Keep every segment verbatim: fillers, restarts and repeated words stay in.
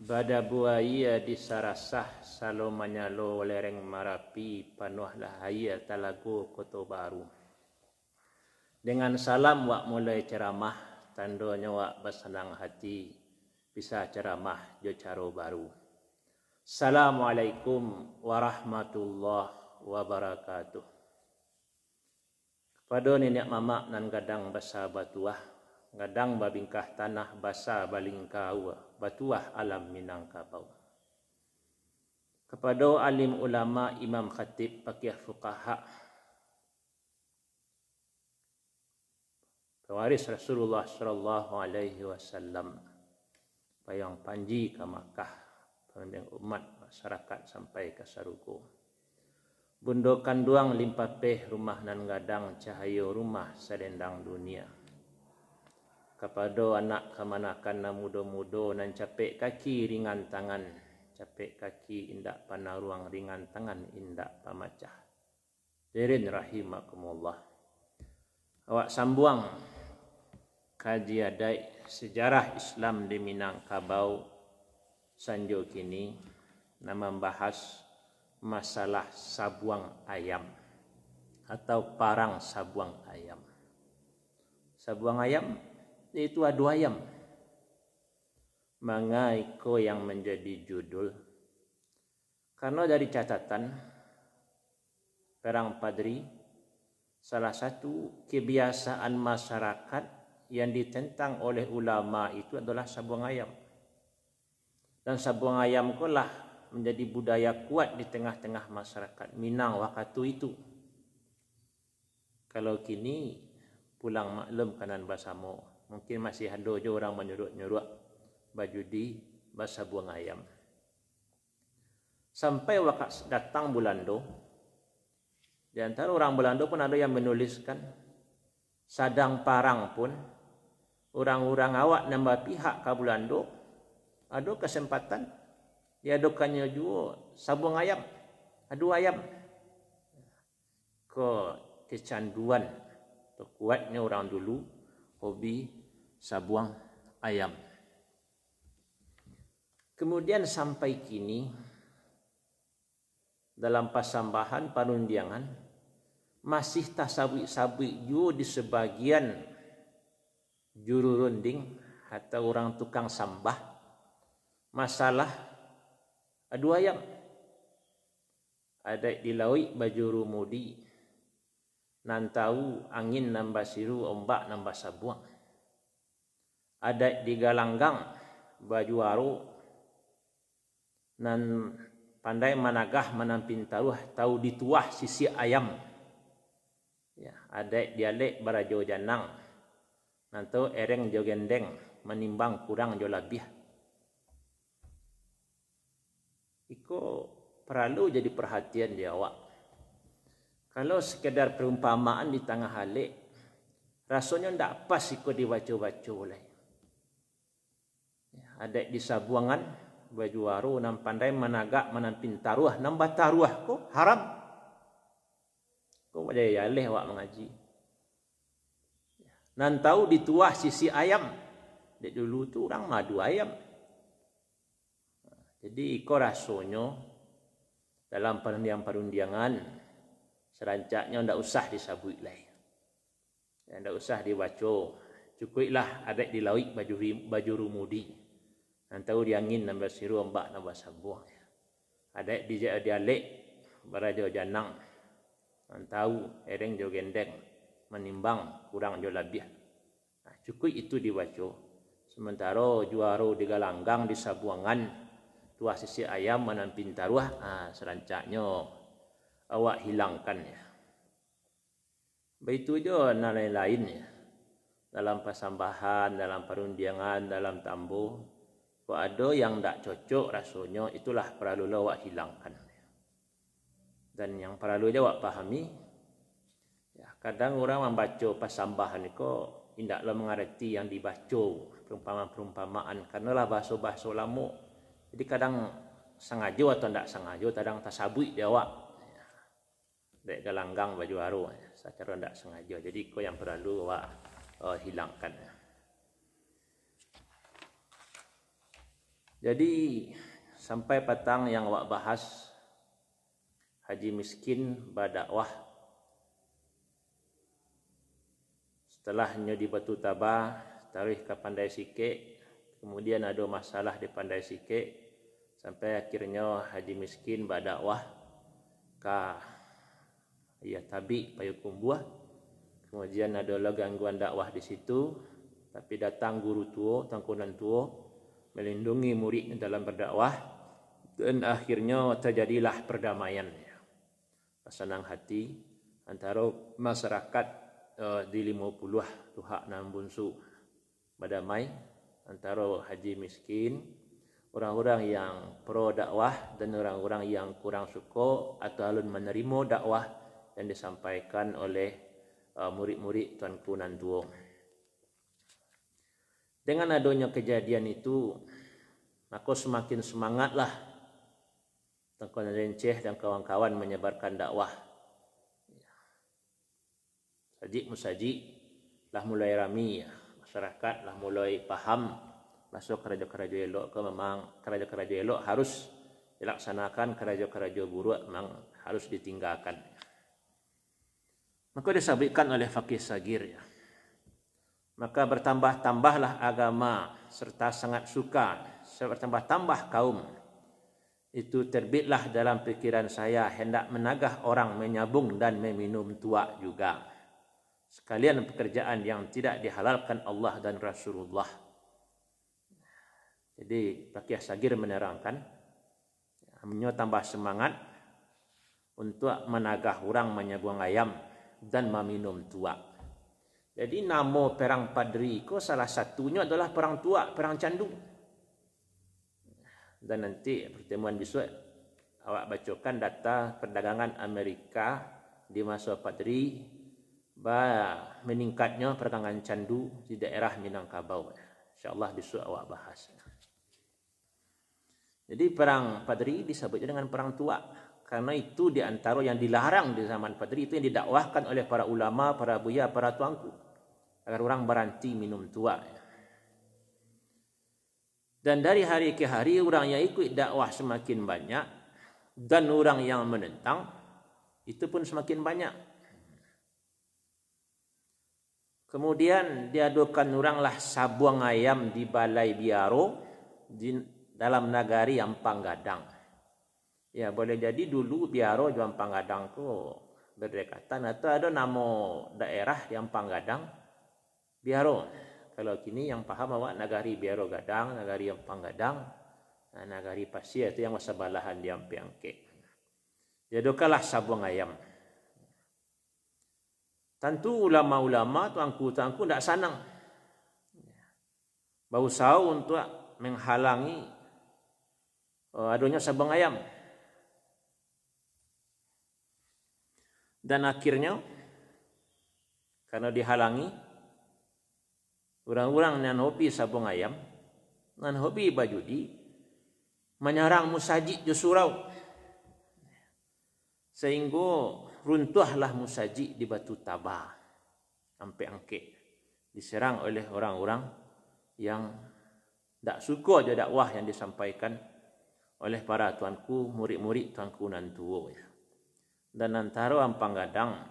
Bada buaya di sarasah salo manyalo lereng Marapi panuhlah haya talago Kota Baru. Dengan salam wak mulai ceramah tandonya wak bersenang hati bisa ceramah jo caro baru. Assalamualaikum warahmatullahi wabarakatuh. Kepada nenek mama nan gadang basa batuah, gadang babingkah tanah basa balingkau, batuah alam Minangkabau. Kepada alim ulama imam khatib pakih fuqaha, pewaris Rasulullah sallallahu alaihi wasallam, payang panji ke Makkah, pemimpin umat masyarakat sampai ke Saruko. Bundo kanduang limpapeh rumah nan gadang cahayo rumah sedendang dunia. Kepada anak kemanakan na mudo-mudo nan capek kaki ringan tangan, capek kaki indak panaruang ringan tangan indak pamacah. Dirin rahimakumullah. Awak sambuang kaji adai sejarah Islam di Minangkabau sanjo kini nama membahas masalah sabuang ayam atau parang sabuang ayam. Sabuang ayam itu adu ayam. Mangaiko yang menjadi judul karena dari catatan Perang Padri, salah satu kebiasaan masyarakat yang ditentang oleh ulama itu adalah sabuang ayam. Dan sabuang ayam itulah menjadi budaya kuat di tengah-tengah masyarakat Minang waktu itu. Kalau kini pulang maklum kanan basamo, mungkin masih ada je orang menyuruh-nyuruh baju di basa buang ayam. Sampai waktu datang Belanda, di antara orang Belanda pun ada yang menuliskan sadang parang pun orang-orang awak nambah pihak ke Belanda ada kesempatan diadukannya juga sabung ayam, adu ayam. Ke kecanduan kuatnya orang dulu hobi sabuang ayam. Kemudian sampai kini dalam pasambahan panundiangan masih tasabik-sabik juga di sebagian juru runding atau orang tukang sambah masalah adu ayam. Ada di laut baju rumudi nan tahu angin nambah siru ombak nambah sabuang. Ada di galanggang baju aro nan pandai managah manampin taruh tahu dituah sisi ayam. Ya, ada dialek barajo janang nan tahu ereng jo gendeng menimbang kurang jo labih. Iko perlu jadi perhatian dia awak. Kalau sekedar perumpamaan di tengah halik, rasanya ndak pas iko dibaca-baca oleh. Ya, ada di sabuangan baju waru nam pandai managak manampin taruah nambah taruah ko haram. Ko wajah yaleh awak mengaji. Nan tahu dituah sisi ayam. Dek dulu tu orang madu ayam. Jadi iko rasonyo dalam perundiang-perundiangan serancaknya ndak usah disabui lain. Ya, ndak usah dibaca. Cukuplah ada di laut baju baju rumudi. Nan tahu di angin nambah siru ombak nambah sabuang. Ada di dialek barajo janang. Nan tahu ereng jo gendeng menimbang kurang jo labih. Nah, cukup itu dibaca. Sementara juaro di galanggang di sabuangan tuah sisi ayam manampin taruah, ah, serancaknya awak hilangkan ya. Begitu juga lain-lain ya. Dalam pasambahan, dalam perundiangan, dalam tambu, kok ada yang tak cocok rasanya, itulah perlu awak hilangkan. Dan yang perlu je awak pahami, ya, kadang orang membaca pasambahan itu indaklah mengerti yang dibaca perumpamaan-perumpamaan karenalah bahasa-bahasa lama. Jadi kadang sengaja atau tidak sengaja, kadang tasabui dia awak. Dek galanggang baju baru, secara tidak sengaja. Jadi kau yang perlu awak uh, hilangkan. Jadi sampai petang yang awak bahas haji miskin berdakwah. Setelahnya di Batu Tabah, tarikh ke Pandai Sike, kemudian ada masalah di Pandai Sike, sampai akhirnya haji miskin berdakwah ke ya tabi Payakumbuh. Kemudian ada gangguan dakwah di situ, tapi datang guru tua, tangkunan tua, melindungi murid dalam berdakwah, dan akhirnya terjadilah perdamaian, senang hati antara masyarakat uh, di lima puluh tuhak nan bunsu berdamai antara haji miskin, orang-orang yang pro dakwah dan orang-orang yang kurang suka atau alun menerima dakwah yang disampaikan oleh uh, murid-murid tuanku nan tua. Dengan adanya kejadian itu, aku semakin semangatlah Tengku Renceh dan kawan-kawan menyebarkan dakwah. Sajik musajik lah mulai rami, ya. Masyarakat lah mulai paham masuk keraja-keraja elok ke memang keraja-keraja elok harus dilaksanakan, keraja-keraja buruk memang harus ditinggalkan. Maka disabitkan oleh Faqih Sagir, ya. Maka bertambah-tambahlah agama serta sangat suka, bertambah-tambah kaum. Itu terbitlah dalam pikiran saya hendak menagah orang menyabung dan meminum tuak juga. Sekalian pekerjaan yang tidak dihalalkan Allah dan Rasulullah. Jadi Faqih Sagir menerangkan, hanya tambah semangat untuk menagah orang menyabung ayam dan meminum tuak. Jadi nama perang Padri ko salah satunya adalah perang tuak, perang candu. Dan nanti pertemuan besok awak bacakan data perdagangan Amerika di masa Padri, bah meningkatnya perdagangan candu di daerah Minangkabau. InsyaAllah besok awak bahas. Jadi perang Padri disebut dengan perang tuak karena itu di antara yang dilarang di zaman Padri, itu yang didakwahkan oleh para ulama, para buya, para tuanku agar orang berhenti minum tuak. Dan dari hari ke hari orang yang ikut dakwah semakin banyak dan orang yang menentang itu pun semakin banyak. Kemudian diadukan oranglah sabuang ayam di Balai Biaro di dalam nagari Ampang Gadang. Ya boleh jadi dulu Biaro di Ampang Gadang tu berdekatan atau ada nama daerah di Ampang Gadang Biaro. Kalau kini yang paham awak nagari Biaro Gadang, nagari Ampang Gadang, nagari Pasir itu yang masa balahan di Ampiangke. Diadukanlah sabuang ayam. Tentu ulama-ulama tuanku-tuanku tidak senang. Berusaha untuk menghalangi adanya sabang ayam. Dan akhirnya karena dihalangi, orang-orang yang hobi sabang ayam, yang hobi bajudi, menyerang musajid di surau. Sehingga runtuhlah musajid di Batu Tabah sampai angke diserang oleh orang-orang yang tak suka je dakwah yang disampaikan oleh para tuanku, murid-murid tuanku nan tua. Dan antara Ampang Gadang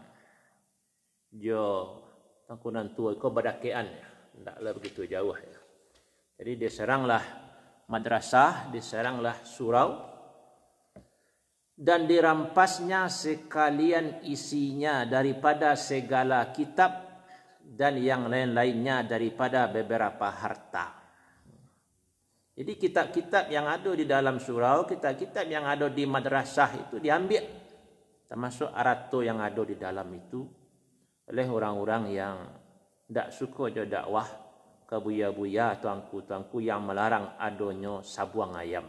jo tuanku nan tua ko badakean ya, taklah begitu jauh ya. Jadi diseranglah madrasah, diseranglah surau, dan dirampasnya sekalian isinya daripada segala kitab dan yang lain-lainnya daripada beberapa harta. Jadi kitab-kitab yang ada di dalam surau, kitab-kitab yang ada di madrasah itu diambil, termasuk arato yang ada di dalam itu oleh orang-orang yang tidak suka je dakwah ke buya-buya tuanku-tuanku yang melarang adanya sabuang ayam.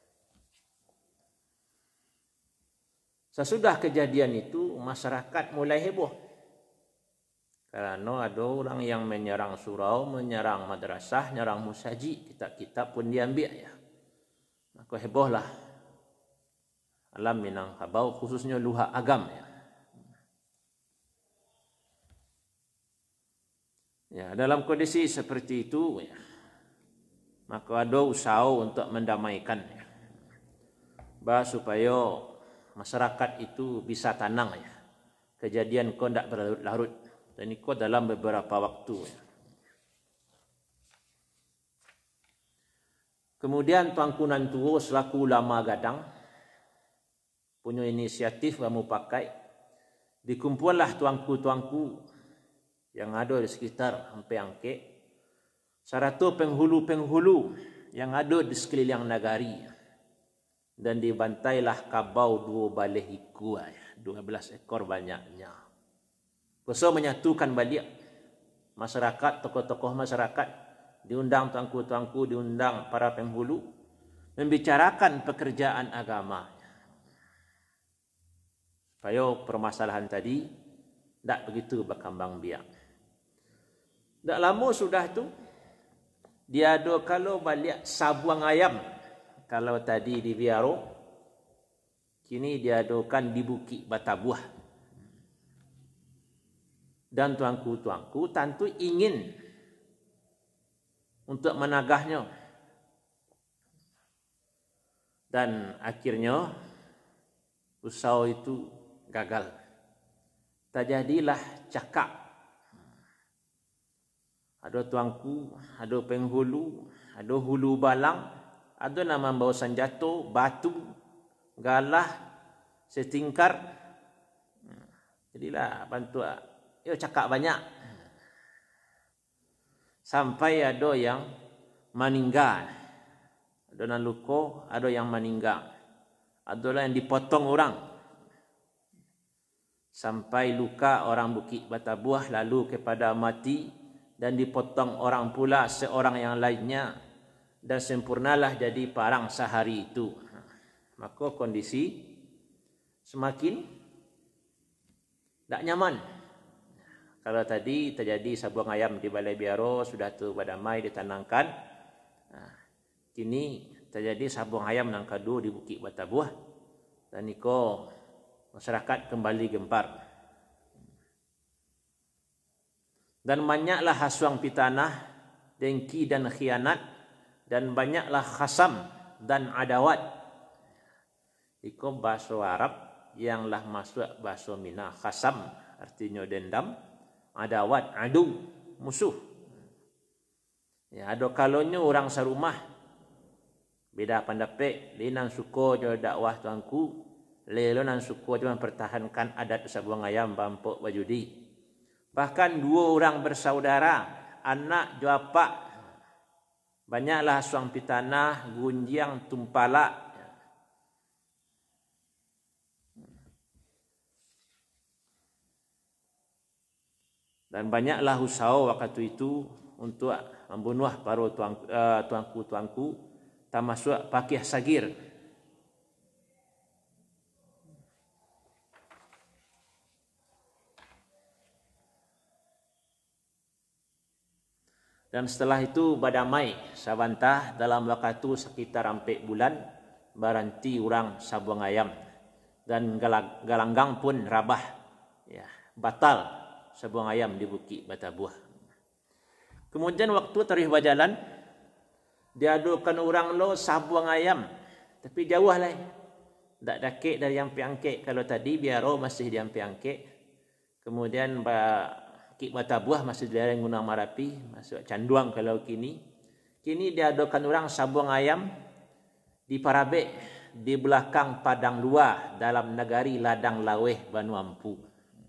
Sesudah kejadian itu, masyarakat mulai heboh. Karena ada orang yang menyerang surau, menyerang madrasah, menyerang musajid, kitab-kitab pun diambil. Ya. Maka hebohlah alam Minangkabau, khususnya Luhak Agam. Ya. Ya, dalam kondisi seperti itu, ya, maka ada usaha untuk mendamaikan ya. Bah supaya masyarakat itu bisa tenang ya. Kejadian kau tidak berlarut-larut. Dan ini kau dalam beberapa waktu ya. Kemudian Tuanku Nantuo selaku ulama Gadang punya inisiatif kamu pakai. Dikumpullah tuanku-tuanku yang ada di sekitar Ampe Angke. Saratu penghulu-penghulu yang ada di sekeliling nagari. Dan dibantailah kabau dua balih iku. dua belas ekor banyaknya. Kuasa menyatukan balik masyarakat, tokoh-tokoh masyarakat. Diundang tuanku-tuanku, diundang para penghulu. Membicarakan pekerjaan agama. Supaya permasalahan tadi tidak begitu berkembang biak. Tak lama sudah tu dia ada kalau balik sabuang ayam. Kalau tadi di Biaro, kini diadakan di Bukit Batabuah. Dan tuanku-tuanku tentu ingin untuk menagahnya. Dan akhirnya usaha itu gagal. Terjadilah cakap. Ada tuanku, ada penghulu, ada hulu balang, ada nama bawa senjata, batu, galah, setingkar. Jadilah bantu, yo cakap banyak. Sampai ada yang meninggal. Ada yang luka, ada yang meninggal. Ada yang dipotong orang. Sampai luka orang Bukit Batabuah lalu kepada mati. Dan dipotong orang pula seorang yang lainnya. Dan sempurnalah jadi parang sehari itu. Maka kondisi semakin tak nyaman. Kalau tadi terjadi sabuang ayam di Balai Biaro, sudah tu badamai ditanangkan. Nah, kini terjadi sabuang ayam nang kadu di Bukit Batabuah. Dan niko masyarakat kembali gempar. Dan banyaklah hasuang pitanah, dengki dan khianat. Dan banyaklah khasam dan adawat. Iko bahasa Arab yang lah masuk bahasa Minang. Khasam artinya dendam. Adawat, adu, musuh. Ya, ada kalanya orang serumah. Beda pendapat. Linan suka je dakwah tuanku. Lelo nan suka je mempertahankan adat sabuang ayam bampuk bajudi. Bahkan dua orang bersaudara. Anak juapak. Banyaklah suang pitanah, gunjiang, tumpalak. Dan banyaklah usaha waktu itu untuk membunuh para tuan, uh, tuanku-tuanku termasuk Pakih Sagir. Dan setelah itu badamai sabantah dalam waktu sekitar empat bulan baranti orang sabuang ayam. Dan galanggang pun rabah. Ya, batal sabuang ayam di Bukit Batabuah. Kemudian waktu terus berjalan, diadukan orang lo sabuang ayam. Tapi jauh lah. Tak dakik dari Ampe Angke. Kalau tadi Biaro masih di Ampe Angke. Kemudian Bukit Batabuah masih di daerah Gunung Marapi. Masuk Canduang kalau kini. Kini diadukan orang sabuang ayam di Parabek. Di belakang Padang Luar dalam negari Ladang Laweh Banu Ampu.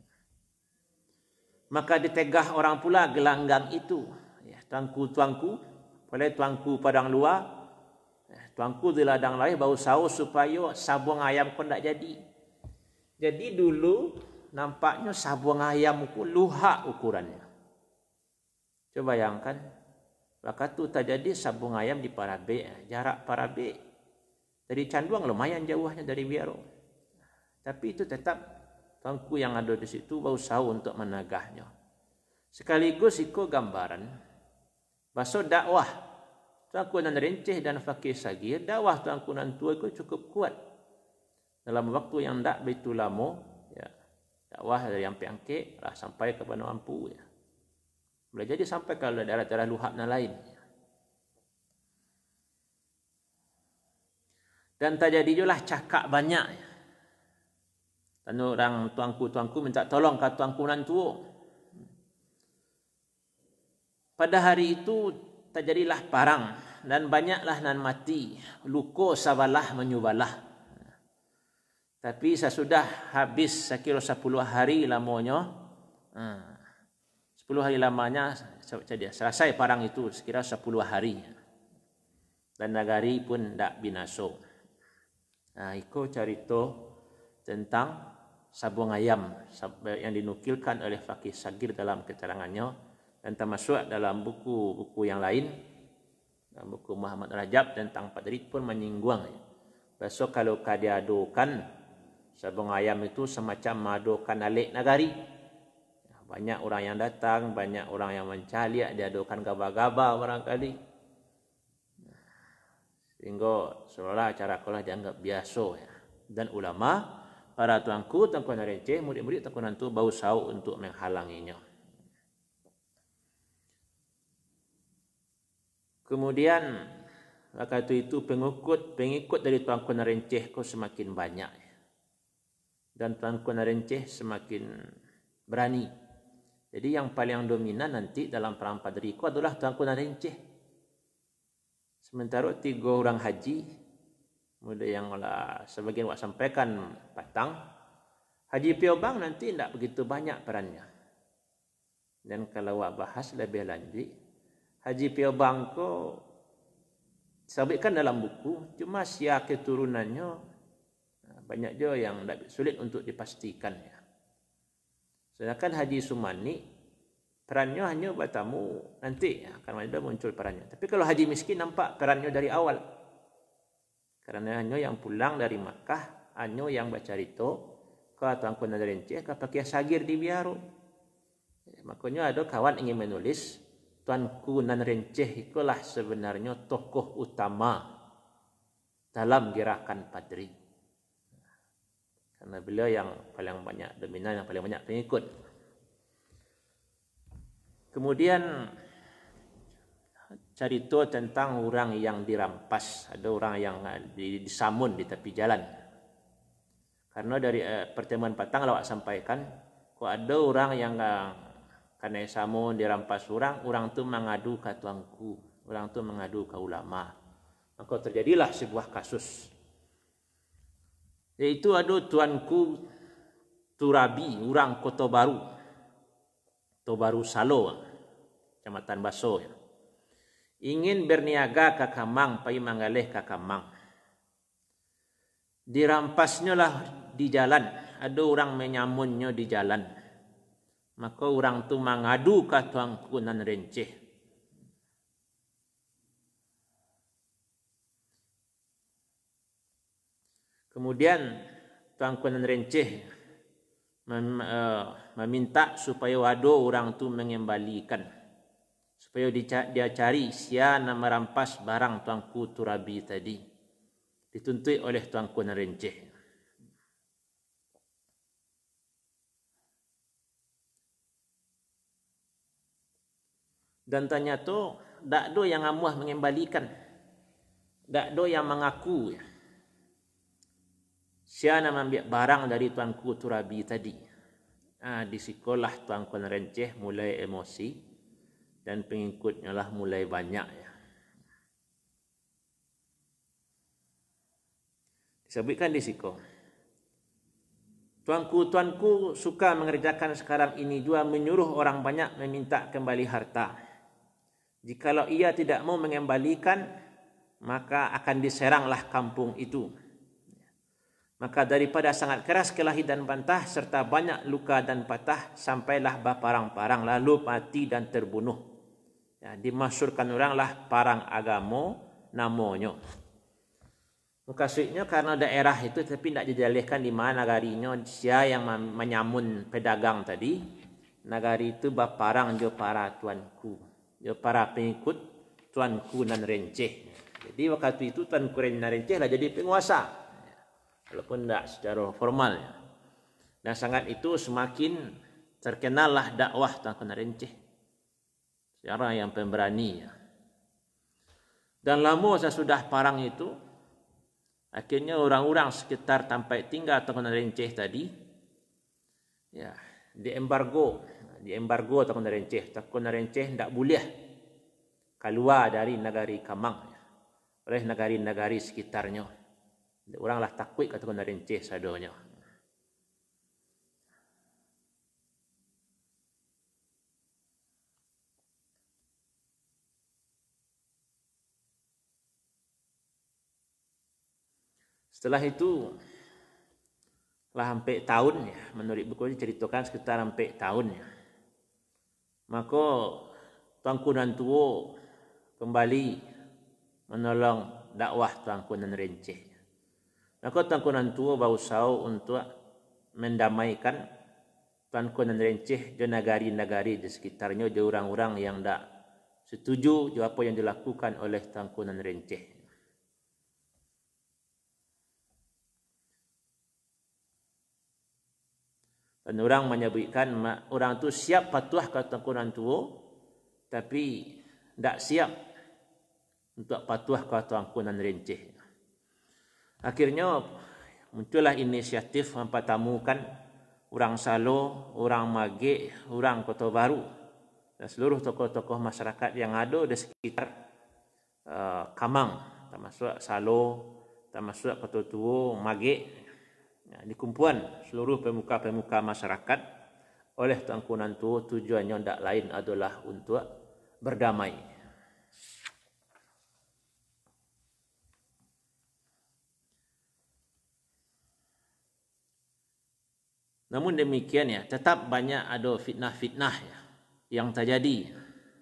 Maka ditegah orang pula gelanggang itu. Ya, tuanku-tuanku, oleh tuanku Padang Luar, ya, tuanku di Ladang Laweh bau saus supaya sabuang ayam pun tak jadi. Jadi dulu nampaknya sabuang ayam itu luhak ukurannya. Coba bayangkan, waktu terjadi sabuang ayam di Parabek, jarak Parabek dari Canduang lumayan jauhnya dari Biaro. Tapi itu tetap tuanku yang ada di situ berusaha untuk menagahnya. Sekaligus itu gambaran bahasa dakwah tuanku nan Renceh dan Pakih Sagir, dakwah tuanku nan tua itu cukup kuat. Dalam waktu yang tak begitu lama, ya, dakwah dari Ampe Angke lah sampai ke Banu Ampu. Ya. Boleh jadi sampai ke daerah-daerah luhak yang lain. Ya. Dan terjadi julah cakap banyak. Dan orang tuanku-tuanku minta tolong ke tuanku nan tua. Pada hari itu terjadilah parang dan banyaklah nan mati. Luko sabalah menyubalah. Tapi sesudah habis sekira sepuluh hari lamanya, sepuluh hari lamanya selesai parang itu sekira sepuluh hari. Dan nagari pun tak binaso. Nah, itu cerita tentang sabung ayam yang dinukilkan oleh Faqih Sagir dalam keterangannya dan termasuk dalam buku-buku yang lain, dalam buku Muhammad Rajab tentang Padri pun menyinggung. Besok kalau kadiadukan sabung ayam itu semacam madukan alik nagari. Banyak orang yang datang, banyak orang yang mencari, diadukan gaba-gaba barangkali. Sehingga seolah acara sekolah dianggap biasa. Ya. Dan ulama, para tuanku, tuanku narenceh, murid-murid tuanku nantu bau sau untuk menghalanginya. Kemudian, waktu itu pengikut pengikut dari tuanku narenceh kau semakin banyak. Dan tuanku narenceh semakin berani. Jadi yang paling dominan nanti dalam perang Padri itu adalah tuanku narenceh. Sementara tiga orang haji, muda yang lah sebagian wak sampaikan patang, Haji Piobang nanti tidak begitu banyak perannya. Dan kalau wak bahas lebih lanjut, Haji Piobang ko disebutkan dalam buku, cuma sia keturunannya banyak juga yang sulit untuk dipastikan. Ya. Sedangkan Haji Sumani perannya hanya bertamu nanti ya, akan ada muncul perannya. Tapi kalau haji miskin nampak perannya dari awal. Karena hanya yang pulang dari Makkah, hanya yang baca rito, ke tuanku narenceh, ke Faqih Sagir di Biaro. Ya, makanya ada kawan ingin menulis, tuanku narenceh itulah sebenarnya tokoh utama dalam gerakan Padri. Karena beliau yang paling banyak dominan, yang paling banyak pengikut. Kemudian cerita tentang orang yang dirampas, ada orang yang disamun di tepi jalan. Karena dari eh, pertemuan petang lawak sampaikan, kok ada orang yang karena samun dirampas orang, orang tu mengadu ke tuanku, orang tu mengadu ke ulama. Maka terjadilah sebuah kasus. Yaitu ada tuanku Turabi, orang Kota Baru. Baru Salo, Kecamatan Baso. Ingin berniaga ke Kamang, pai mangalih ke Kamang. Dirampasnya lah di jalan. Ada orang menyamunnya di jalan. Maka orang tu mengadu ke tuanku nan renceh. Kemudian tuanku nan renceh Mem, uh, meminta supaya wado orang tu mengembalikan, supaya dia, dia cari siapa merampas barang tuanku Turabi tadi, dituntut oleh tuanku narenceh. Dan ternyata tak ada yang amuah mengembalikan, tak ada yang mengaku siapa mengambil barang dari tuanku Turabi tadi. Ah, di sekolah tuanku narenceh mulai emosi dan pengikutnya lah mulai banyak. Ya. Disebutkan di siko. Tuanku-tuanku suka mengerjakan sekarang ini juga menyuruh orang banyak meminta kembali harta. Jikalau ia tidak mau mengembalikan, maka akan diseranglah kampung itu. Maka daripada sangat keras kelahi dan bantah serta banyak luka dan patah, sampailah berparang-parang lalu mati dan terbunuh. Ya, dimasyhurkan oranglah parang agama namanya. Maksudnya karena daerah itu tapi tidak dijelaskan di mana nagarinya, siapa yang menyamun pedagang tadi. Nagari itu berparang jo para tuanku, jo para pengikut tuanku nan renceh. Jadi waktu itu tuanku nan renceh lah jadi penguasa. Walaupun tidak secara formal. Dan sangat itu semakin terkenallah dakwah tuanku narenceh. Secara yang pemberani. Dan lama sesudah parang itu, Akhirnya orang-orang sekitar tempat tinggal Tengku Renceh tadi, ya, diembargo, diembargo Tengku Renceh. Tengku Renceh tidak boleh keluar dari negari Kamang oleh negari-negari sekitarnya. Oranglah takut ke Tengku Renceh sadonya. Setelah itu, lah hampir tahun ya, menurut buku ini ceritakan sekitar hampir tahun ya. Maka Tuanku Nantuo kembali menolong dakwah Tuanku Nan Renceh. Maka Tuanku Nantuo berusaha untuk mendamaikan Tuanku Nan Renceh di negari-negari di sekitarnya, di orang-orang yang tidak setuju dengan apa yang dilakukan oleh Tuanku Nan Renceh. Dan orang menyebutkan orang itu siap patuh ke Tuanku Nantuo, tapi tidak siap untuk patuh ke Tuanku Nan Renceh. Akhirnya muncullah inisiatif mempertemukan orang Salo, orang Magek, orang Kota Baru dan seluruh tokoh-tokoh masyarakat yang ada di sekitar uh, Kamang, termasuk Salo, termasuk Kota Tuo, Magek. Ya, dikumpulan seluruh pemuka-pemuka masyarakat oleh Tuanku Nantuo, tujuannya tidak lain adalah untuk berdamai. Namun demikian ya, tetap banyak ada fitnah-fitnah ya, yang terjadi.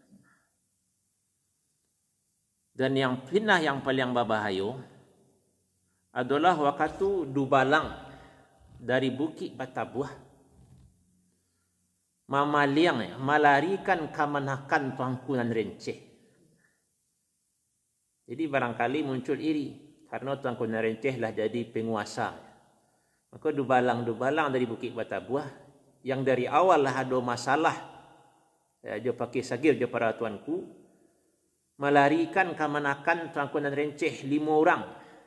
Dan yang fitnah yang paling berbahaya adalah waktu dubalang dari Bukit Batabuah mamaliang ya, melarikan kemenakan Tuanku Nan Renceh. Jadi barangkali muncul iri karena Tuanku Nan Renceh lah jadi penguasa. Maka dubalang-dubalang dari Bukit Batabuah yang dari awal lah ada masalah, ya, dia pakai sagir dia para tuanku, melarikan kemenakan Tuanku Nan Renceh lima orang.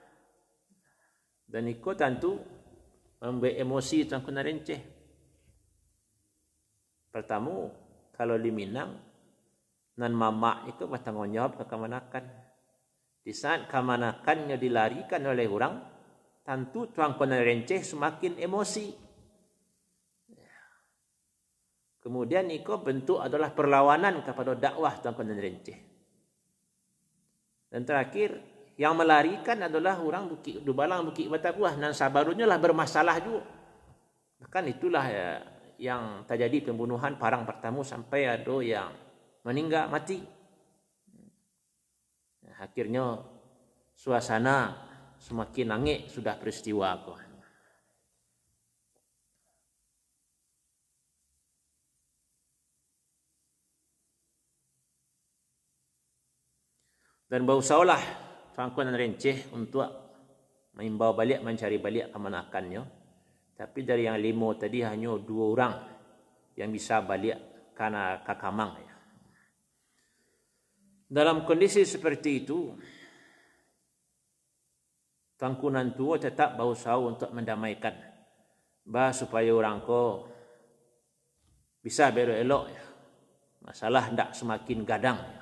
Dan itu tentu membuat emosi Tuanku Nan Renceh. Pertama, kalau di Minang, Nan Mamak itu bertanggung jawab ke kemenakan. Di saat kemenakannya dilarikan oleh orang, tentu Tuanku Nan Renceh semakin emosi. Kemudian itu bentuk adalah perlawanan kepada dakwah Tuanku Nan Renceh. Dan terakhir, yang melarikan adalah orang Bukit Dubalang, Bukit Batabuah, dan sabarunya lah bermasalah juga. Bahkan itulah ya, yang terjadi pembunuhan parang pertama sampai ada yang meninggal mati. Akhirnya suasana semakin nangis sudah peristiwa aku. Dan berusahalah Tuanku Nan Renceh untuk membawa balik, mencari balik kemenakannya. Tapi dari yang lima tadi hanya dua orang yang bisa balik karena Kakamang. Dalam kondisi seperti itu, Tuanku Nantuo tetap berusaha untuk mendamaikan, bah supaya orang ko bisa berelok ya. Masalah tidak semakin gadang. Ya.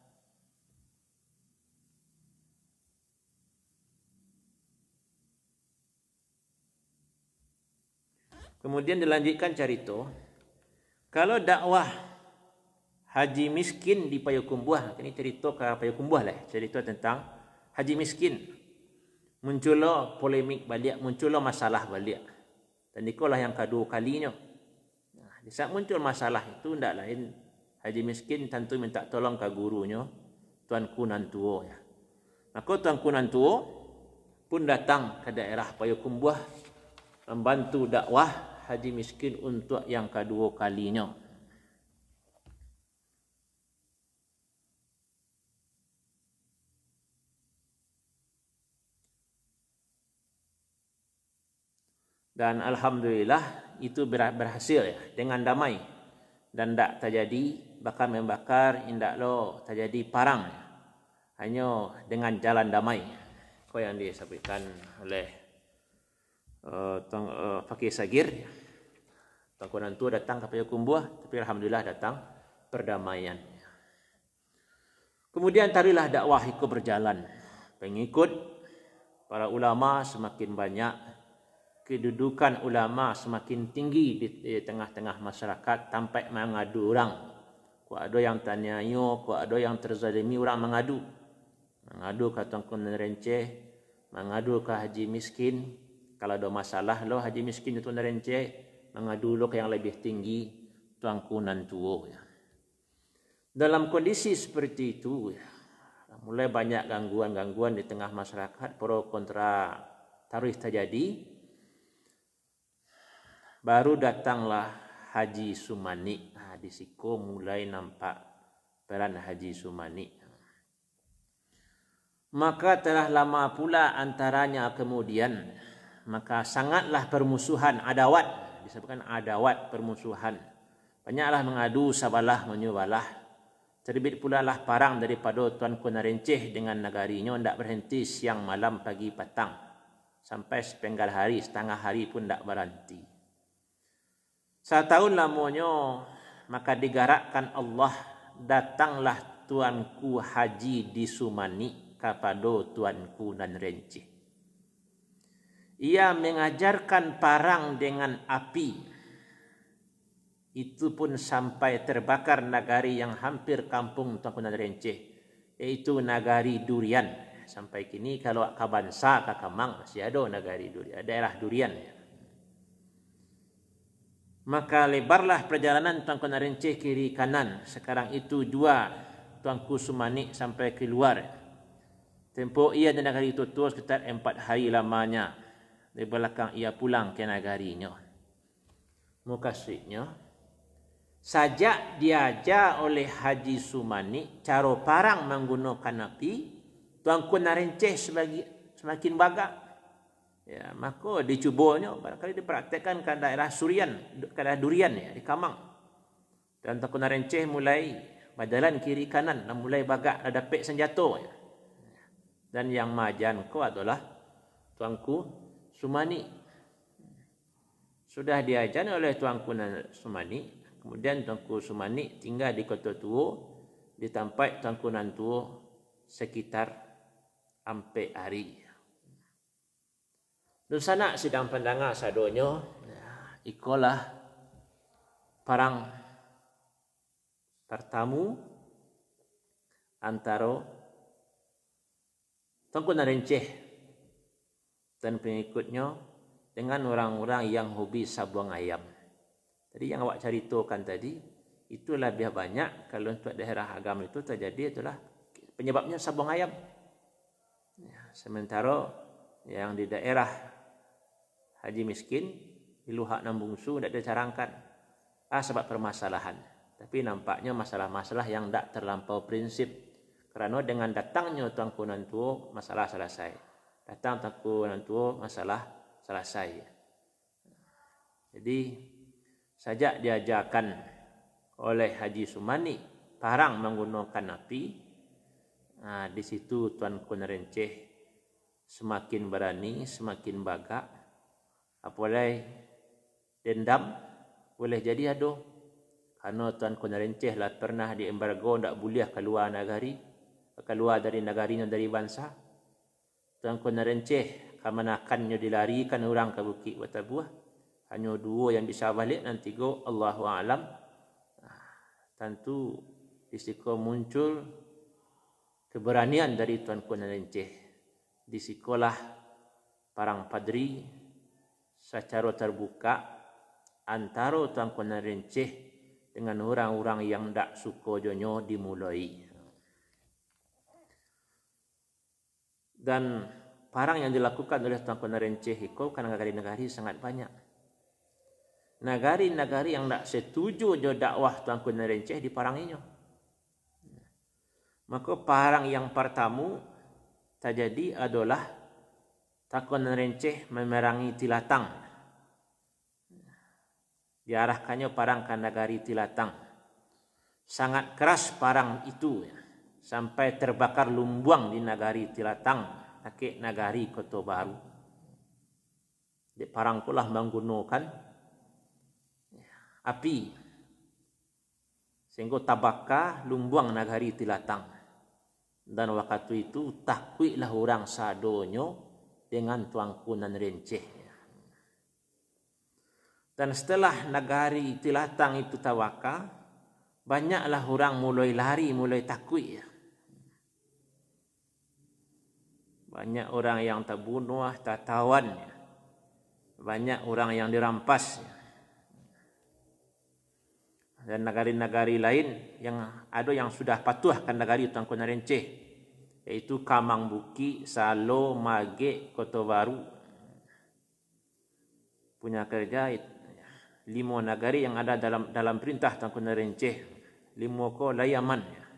Kemudian dilanjutkan cerita, kalau dakwah haji miskin di Payakumbuh, ini cerita ke Payakumbuh lah, cerita tentang haji miskin. Muncullah polemik balik, muncullah masalah balik. Dan itulah yang kedua kalinya. Nah, di saat muncul masalah itu tidak lain haji miskin tentu minta tolong ke gurunya, Tuanku Nantuo. Ya. Maka Tuanku Nantuo pun datang ke daerah Payakumbuh membantu dakwah haji miskin untuk yang kedua kalinya. Dan alhamdulillah itu berhasil ya, dengan damai dan tidak terjadi bakar membakar, tidak lo terjadi parang, hanya dengan jalan damai. apa yang disampaikan oleh uh, Tuan uh, Fakir Sagir. Tuan Kunantua datang ke Payakumbuh, tapi alhamdulillah datang perdamaian. Kemudian tarilah dakwah itu berjalan. Pengikut para ulama semakin banyak, kedudukan ulama semakin tinggi di, di tengah-tengah masyarakat, sampai mengadu orang. Ku ada yang tanyayo, ku ada yang terzalimi, orang mengadu. Mengadu ke Tuan Kunan Renceh, mengadu ke haji miskin. Kalau ada masalah lo haji miskin itu Tuan Renceh, mengadu lo ke yang lebih tinggi, Tuan Kunan Tuo. Ya. Dalam kondisi seperti itu, ya, mulai banyak gangguan-gangguan di tengah masyarakat, pro kontra tarikh terjadi. Baru datanglah Haji Sumani. Nah, di situ mulai nampak peran Haji Sumani. Maka telah lama pula antaranya kemudian, maka sangatlah permusuhan, adawat, disebutkan adawat, permusuhan. Banyaklah mengadu, sabalah menyubalah. Terbit pula lah parang daripada Tuan Kunan Renceh dengan nagarinya, tidak berhenti siang malam pagi petang. Sampai sepenggal hari, setengah hari pun tidak berhenti. Setahun lamanya, maka digarakkan Allah, datanglah Tuanku Haji di Sumani kepada Tuan Kunan Renceh. Ia mengajarkan parang dengan api. Itu pun sampai terbakar nagari yang hampir kampung Tuan Kunan Renceh, yaitu nagari durian. Sampai kini kalau Kabansa, Kakamang masih ada nagari durian, daerah durian. Maka lebarlah perjalanan Tuan Kunan Renceh kiri kanan. Sekarang itu dua Tuanku Sumani sampai keluar. Tempoh ia di nagari itu tu sekitar empat hari lamanya. Di belakang ia pulang ke nagarinya. Mukasihnya, sajak diajar oleh Haji Sumani cara parang menggunakan api, Tuan Kunan Renceh semakin bagak. Ya, maka dicubanya barangkali dipraktekkan ke daerah Surian, ke daerah durian ya, di Kamang. Dan Tuan Kunan Renceh mulai berjalan kiri kanan dan mulai bagak ada pek senjata. Ya. Dan yang majan ko adalah Tuanku Sumani. Sudah diajar oleh Tuan Kunan Sumani. Kemudian Tuanku Sumani tinggal di Kota Tuo, di tempat Tuan Kunan Tuo sekitar ampe hari. Dan sana sidang pandangan sadonyo, ikolah parang pertamu antara Tuan Kunan Renceh dan pengikutnya dengan orang-orang yang hobi sabuang ayam. Jadi yang awak ceritakan tadi, itu lebih banyak kalau untuk daerah agama itu terjadi itulah penyebabnya sabuang ayam. Ya, sementara yang di daerah haji miskin, di Luhak Nambungsu tidak dicarangkan. Ah, sebab permasalahan. Tapi nampaknya masalah-masalah yang tidak terlampau prinsip. Kerana dengan datangnya Tuan Kunan Tuo, masalah selesai. Datang Tuan Kunan Tuo, masalah selesai. Jadi, sajak diajarkan oleh Haji Sumani parang menggunakan api, nah, di situ Tuan Kunan Renceh semakin berani, semakin bagak. Apalagi dendam boleh jadi ada. Karena Tuan Kunan Renceh lah pernah diembargo tidak boleh keluar negari, keluar dari negarinya, dari bangsa. Tuan Kunan Renceh kemanakannya dilarikan orang ke Bukit Watabuah. Hanya dua yang bisa balik, nanti go Allahu a'lam. Tentu di situ muncul keberanian dari Tuan Kunan Renceh. Di sekolah parang padri secara terbuka antara Tuan Kunan Renceh dengan orang-orang yang tak suka jonyo dimulai. Dan parang yang dilakukan oleh Tuan Kunan Renceh itu karena negari-negari sangat banyak. Nagari-nagari yang tak setuju jo dakwah Tuan Kunan Renceh diparanginya. Maka parang yang pertama terjadi adalah Tuan Kunan Renceh memerangi Tilatang. Diarahkannya parang ke nagari Tilatang. Sangat keras parang itu, sampai terbakar lumbuang di nagari Tilatang. ake nagari Kota Baru. Di parangkulah menggunakan api sehingga tabaka lumbuang nagari Tilatang. Dan waktu itu takwilah orang sadonyo dengan tuangkunan renceh. Dan setelah nagari Tilatang itu tawaka, banyaklah orang mulai lari, mulai takwik. Banyak orang yang terbunuh, tertawan. Banyak orang yang dirampas. Dan nagari-nagari lain yang ada yang sudah patuhkan nagari tuangkunan renceh, yaitu Kamang Buki, Salo, Mage, Kota Baru. Punya kerja lima nagari yang ada dalam dalam perintah tuangkunan renceh, lima ko layaman.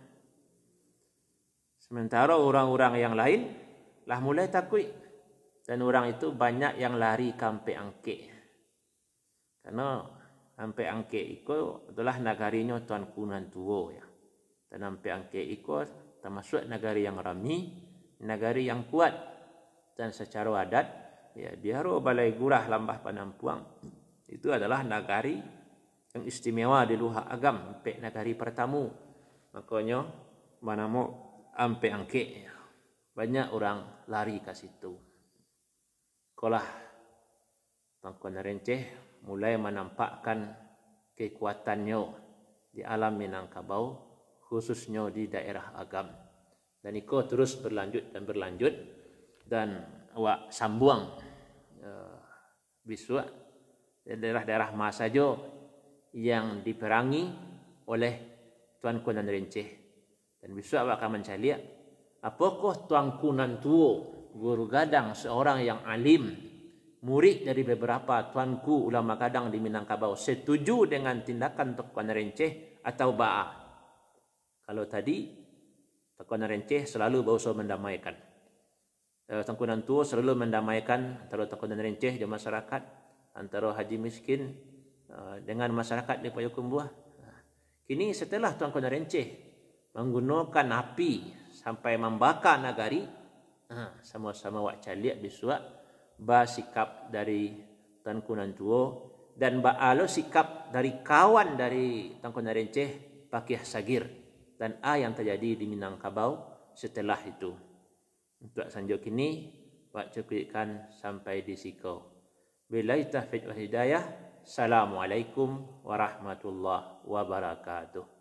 Sementara orang-orang yang lain lah mulai takwik, dan orang itu banyak yang lari ke Ampe Angke. Karena Ampe Angke itu adalah nagarinya Tuankunan Tuo ya. Dan Ampe Angke itu termasuk negari yang rami, negari yang kuat, dan secara adat ya biaro Balai Gurah Lambah Panampuang itu adalah nagari yang istimewa di luar agam, Ampe nagari pertamu. Makanya manamo Ampe Angke ya. Banyak orang lari ke situ. Kolah Tuankunan Renceh mulai menampakkan kekuatannya di alam Minangkabau, khususnya di daerah agam. Dan itu terus berlanjut dan berlanjut, dan awak sambuang uh, biswa daerah-daerah Masajo yang diperangi oleh Tuankunan Renceh. Dan biswa awak akan mencari apakah Tuankunan Tuo, guru gadang, seorang yang alim, murid dari beberapa tuanku ulama gadang di Minangkabau, setuju dengan tindakan Tuankunan Renceh atau ba'a? Kalau tadi Tuankunan Renceh selalu berusaha mendamaikan. Tuankunan Tuo selalu mendamaikan antara Tuankunan Renceh di masyarakat, antara haji miskin dengan masyarakat di Payakumbuh. Kini setelah Tuankunan Renceh menggunakan api sampai membakar nagari, sama-sama wak caliak biswa ba sikap dari Tuankunan Tuo dan ba alo sikap dari kawan dari Tuankunan Renceh, Pakih Sagir, dan A yang terjadi di Minangkabau setelah itu. Untuk sanjok ini wak cukupkan sampai di siko. Billahi taufiq wal hidayah. Assalamualaikum warahmatullahi wabarakatuh.